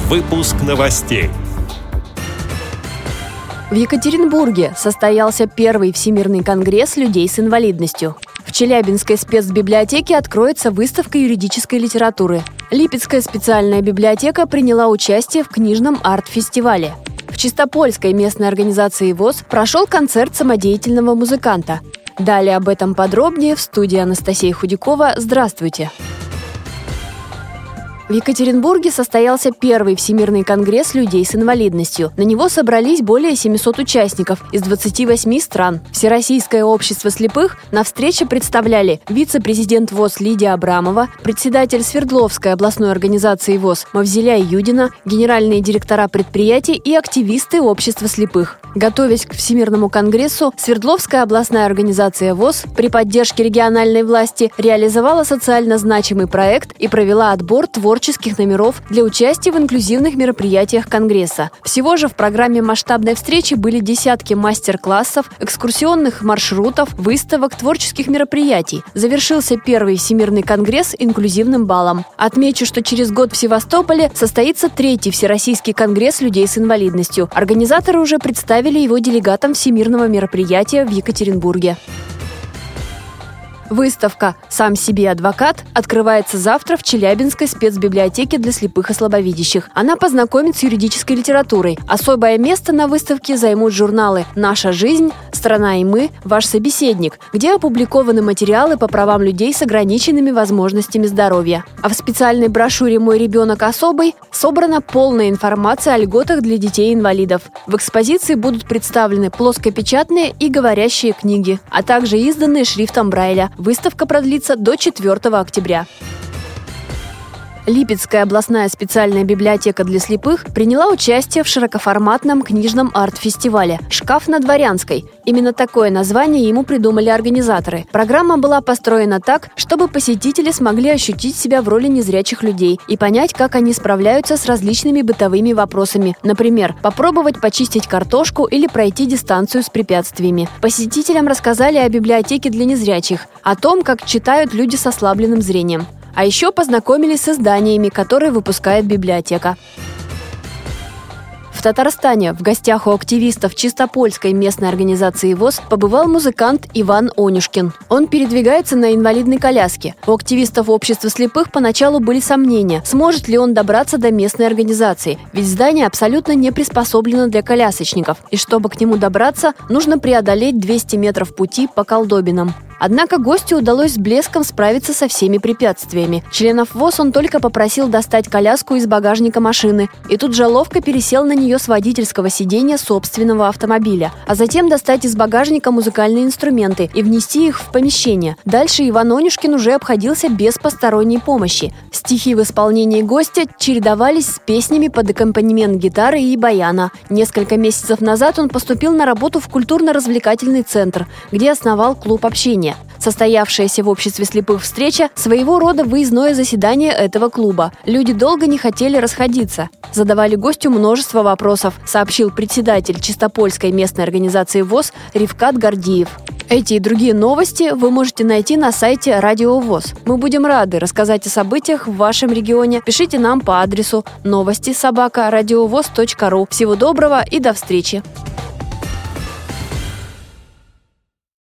Выпуск новостей. В Екатеринбурге состоялся первый Всемирный конгресс людей с инвалидностью. В Челябинской спецбиблиотеке откроется выставка юридической литературы. Липецкая специальная библиотека приняла участие в книжном арт-фестивале. В Чистопольской местной организации ВОС прошел концерт самодеятельного музыканта. Далее об этом подробнее в студии Анастасия Худякова. Здравствуйте! В Екатеринбурге состоялся первый Всемирный конгресс людей с инвалидностью. На него собрались более 700 участников из 28 стран. Всероссийское общество слепых на встрече представляли вице-президент ВОС Лидия Абрамова, председатель Свердловской областной организации ВОС Мавзеля Юдина, генеральные директора предприятий и активисты общества слепых. Готовясь к Всемирному конгрессу, Свердловская областная организация ВОС при поддержке региональной власти реализовала социально значимый проект и провела отбор творческих номеров для участия в инклюзивных мероприятиях Конгресса. Всего же в программе масштабной встречи были десятки мастер-классов, экскурсионных маршрутов, выставок, творческих мероприятий. Завершился первый Всемирный конгресс инклюзивным балом. Отмечу, что через год в Севастополе состоится третий Всероссийский конгресс людей с инвалидностью. Организаторы уже представили его делегатам всемирного мероприятия в Екатеринбурге. Выставка «Сам себе адвокат» открывается завтра в Челябинской спецбиблиотеке для слепых и слабовидящих. Она познакомит с юридической литературой. Особое место на выставке займут журналы «Наша жизнь», «Страна и мы», «Ваш собеседник», где опубликованы материалы по правам людей с ограниченными возможностями здоровья. А в специальной брошюре «Мой ребенок особый» собрана полная информация о льготах для детей-инвалидов. В экспозиции будут представлены плоскопечатные и говорящие книги, а также изданные шрифтом Брайля. Выставка продлится до 4 октября. Липецкая областная специальная библиотека для слепых приняла участие в широкоформатном книжном арт-фестивале «Шкаф на Дворянской». Именно такое название ему придумали организаторы. Программа была построена так, чтобы посетители смогли ощутить себя в роли незрячих людей и понять, как они справляются с различными бытовыми вопросами. Например, попробовать почистить картошку или пройти дистанцию с препятствиями. Посетителям рассказали о библиотеке для незрячих, о том, как читают люди с ослабленным зрением. А еще познакомились с изданиями, которые выпускает библиотека. В Татарстане в гостях у активистов Чистопольской местной организации ВОС побывал музыкант Иван Онюшкин. Он передвигается на инвалидной коляске. У активистов общества слепых поначалу были сомнения, сможет ли он добраться до местной организации, ведь здание абсолютно не приспособлено для колясочников, и чтобы к нему добраться, нужно преодолеть 200 метров пути по колдобинам. Однако гостю удалось с блеском справиться со всеми препятствиями. Членов ВОС он только попросил достать коляску из багажника машины, и тут же ловко пересел на нее с водительского сиденья собственного автомобиля, а затем достать из багажника музыкальные инструменты и внести их в помещение. Дальше Иван Онюшкин уже обходился без посторонней помощи. Стихи в исполнении гостя чередовались с песнями под аккомпанемент гитары и баяна. Несколько месяцев назад он поступил на работу в культурно-развлекательный центр, где основал клуб общения. Состоявшаяся в обществе слепых встреча – своего рода выездное заседание этого клуба. Люди долго не хотели расходиться. Задавали гостю множество вопросов, сообщил председатель Чистопольской местной организации ВОС Ревкат Гордиев. Эти и другие новости вы можете найти на сайте Радио ВОС. Мы будем рады рассказать о событиях в вашем регионе. Пишите нам по адресу новости@радиовос.ру. Всего доброго и до встречи!